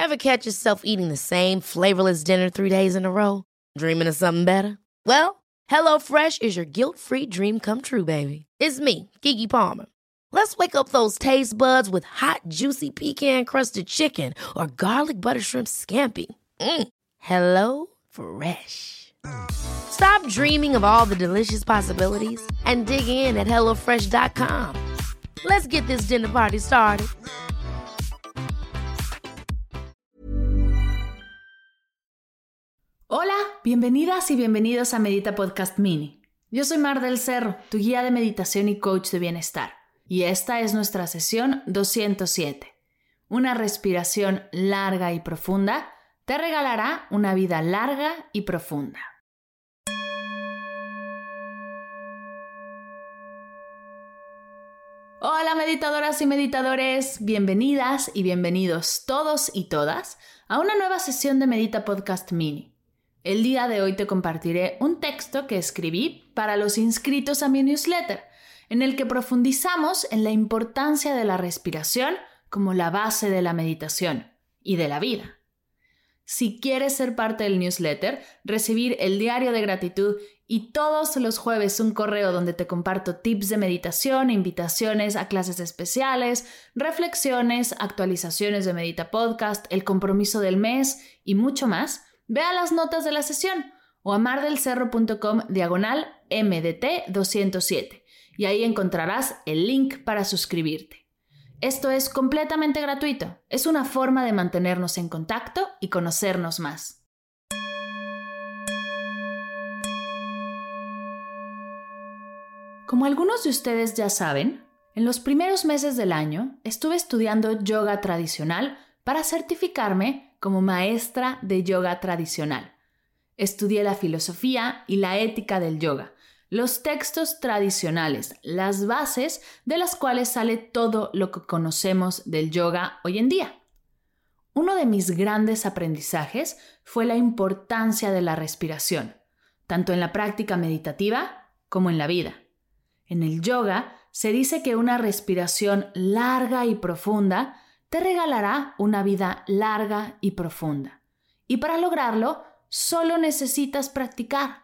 Ever catch yourself eating the same flavorless dinner 3 days in a row? Dreaming of something better? Well, HelloFresh is your guilt-free dream come true, baby. It's me, Keke Palmer. Let's wake up those taste buds with hot, juicy pecan-crusted chicken or garlic butter shrimp scampi. Hello Fresh. Stop dreaming of all the delicious possibilities and dig in at HelloFresh.com. Let's get this dinner party started. Hola, bienvenidas y bienvenidos a Medita Podcast Mini. Yo soy Mar del Cerro, tu guía de meditación y coach de bienestar. Y esta es nuestra sesión 207. Una respiración larga y profunda te regalará una vida larga y profunda. Hola meditadoras y meditadores, bienvenidas y bienvenidos todos y todas a una nueva sesión de Medita Podcast Mini. El día de hoy te compartiré un texto que escribí para los inscritos a mi newsletter, en el que profundizamos en la importancia de la respiración como la base de la meditación y de la vida. Si quieres ser parte del newsletter, recibir el diario de gratitud y todos los jueves un correo donde te comparto tips de meditación, invitaciones a clases especiales, reflexiones, actualizaciones de Medita Podcast, el compromiso del mes y mucho más, ve a las notas de la sesión o a mardelcerro.com/MDT207 y ahí encontrarás el link para suscribirte. Esto es completamente gratuito. Es una forma de mantenernos en contacto y conocernos más. Como algunos de ustedes ya saben, en los primeros meses del año estuve estudiando yoga tradicional para certificarme como maestra de yoga tradicional. Estudié la filosofía y la ética del yoga, los textos tradicionales, las bases de las cuales sale todo lo que conocemos del yoga hoy en día. Uno de mis grandes aprendizajes fue la importancia de la respiración, tanto en la práctica meditativa como en la vida. En el yoga se dice que una respiración larga y profunda te regalará una vida larga y profunda. Y para lograrlo, solo necesitas practicar.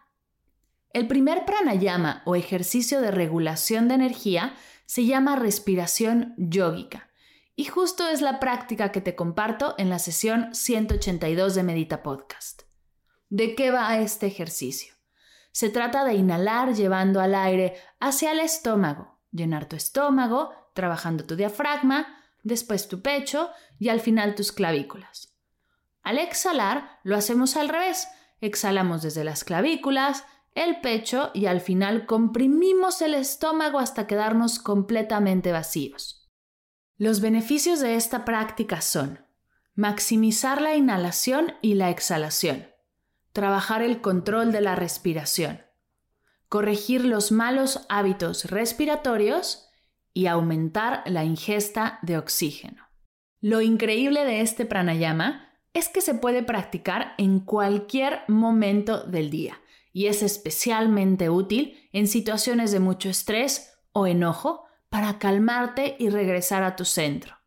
El primer pranayama o ejercicio de regulación de energía se llama respiración yógica y justo es la práctica que te comparto en la sesión 182 de Medita Podcast. ¿De qué va este ejercicio? Se trata de inhalar llevando al aire hacia el estómago, llenar tu estómago, trabajando tu diafragma, después tu pecho y al final tus clavículas. Al exhalar lo hacemos al revés, exhalamos desde las clavículas, el pecho y al final comprimimos el estómago hasta quedarnos completamente vacíos. Los beneficios de esta práctica son maximizar la inhalación y la exhalación, trabajar el control de la respiración, corregir los malos hábitos respiratorios y aumentar la ingesta de oxígeno. Lo increíble de este pranayama es que se puede practicar en cualquier momento del día y es especialmente útil en situaciones de mucho estrés o enojo para calmarte y regresar a tu centro.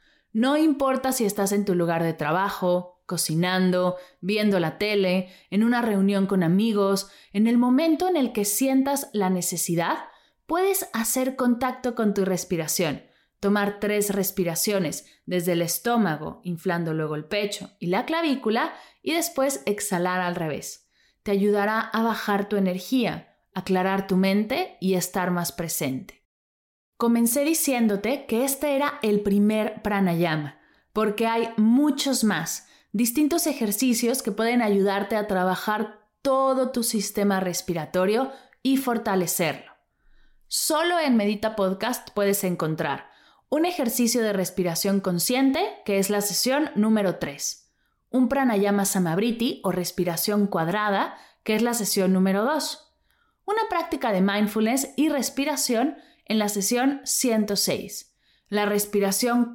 No importa si estás en tu lugar de trabajo, cocinando, viendo la tele, en una reunión con amigos, en el momento en el que sientas la necesidad, puedes hacer contacto con tu respiración, tomar 3 respiraciones desde el estómago, inflando luego el pecho y la clavícula y después exhalar al revés. Te ayudará a bajar tu energía, aclarar tu mente y estar más presente. Comencé diciéndote que este era el primer pranayama, porque hay muchos más, distintos ejercicios que pueden ayudarte a trabajar todo tu sistema respiratorio y fortalecerlo. Solo en Medita Podcast puedes encontrar un ejercicio de respiración consciente, que es la sesión número 3, un pranayama samavriti o respiración cuadrada, que es la sesión número 2, una práctica de mindfulness y respiración en la sesión 106, la respiración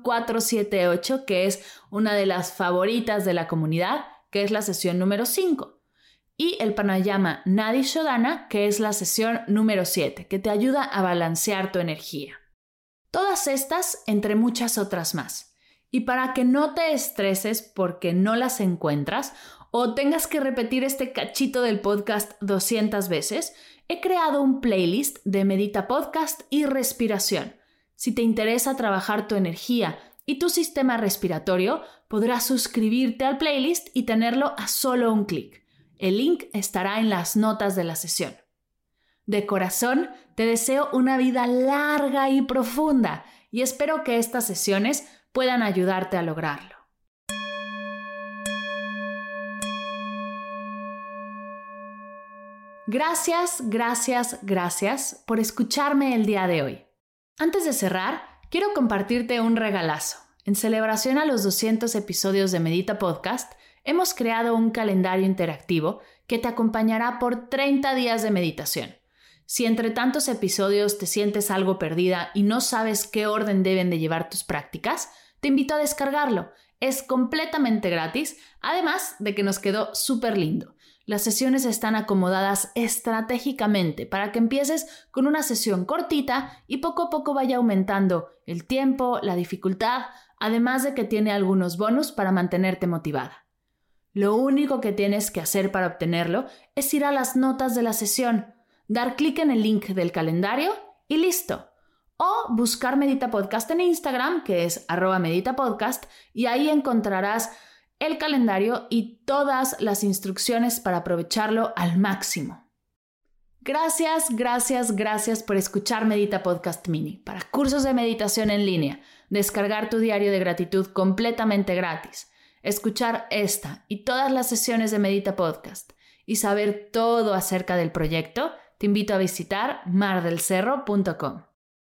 478, que es una de las favoritas de la comunidad, que es la sesión número 5, y el pranayama Nadi Shodhana, que es la sesión número 7, que te ayuda a balancear tu energía. Todas estas entre muchas otras más. Y para que no te estreses porque no las encuentras o tengas que repetir este cachito del podcast 200 veces, he creado un playlist de Medita Podcast y respiración. Si te interesa trabajar tu energía y tu sistema respiratorio, podrás suscribirte al playlist y tenerlo a solo un clic. El link estará en las notas de la sesión. De corazón, te deseo una vida larga y profunda y espero que estas sesiones puedan ayudarte a lograrlo. Gracias por escucharme el día de hoy. Antes de cerrar, quiero compartirte un regalazo. En celebración a los 200 episodios de Medita Podcast, hemos creado un calendario interactivo que te acompañará por 30 días de meditación. Si entre tantos episodios te sientes algo perdida y no sabes qué orden deben de llevar tus prácticas, te invito a descargarlo. Es completamente gratis, además de que nos quedó súper lindo. Las sesiones están acomodadas estratégicamente para que empieces con una sesión cortita y poco a poco vaya aumentando el tiempo, la dificultad, además de que tiene algunos bonus para mantenerte motivada. Lo único que tienes que hacer para obtenerlo es ir a las notas de la sesión, dar clic en el link del calendario y listo. O buscar Medita Podcast en Instagram, que es @meditapodcast, y ahí encontrarás el calendario y todas las instrucciones para aprovecharlo al máximo. Gracias por escuchar Medita Podcast Mini. Para cursos de meditación en línea, descargar tu diario de gratitud completamente gratis, escuchar esta y todas las sesiones de Medita Podcast y saber todo acerca del proyecto, te invito a visitar mardelcerro.com.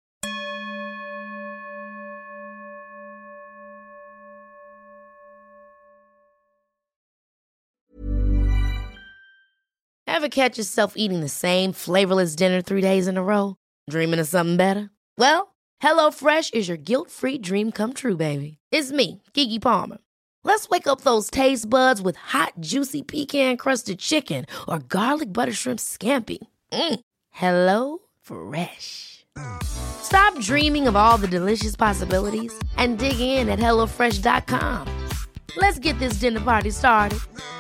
Ever catch yourself eating the same flavorless dinner 3 days in a row? Dreaming of something better? Well, HelloFresh is your guilt-free dream come true, baby. It's me, Keke Palmer. Let's wake up those taste buds with hot, juicy pecan-crusted chicken or garlic butter shrimp scampi. Hello Fresh. Stop dreaming of all the delicious possibilities and dig in at HelloFresh.com. Let's get this dinner party started.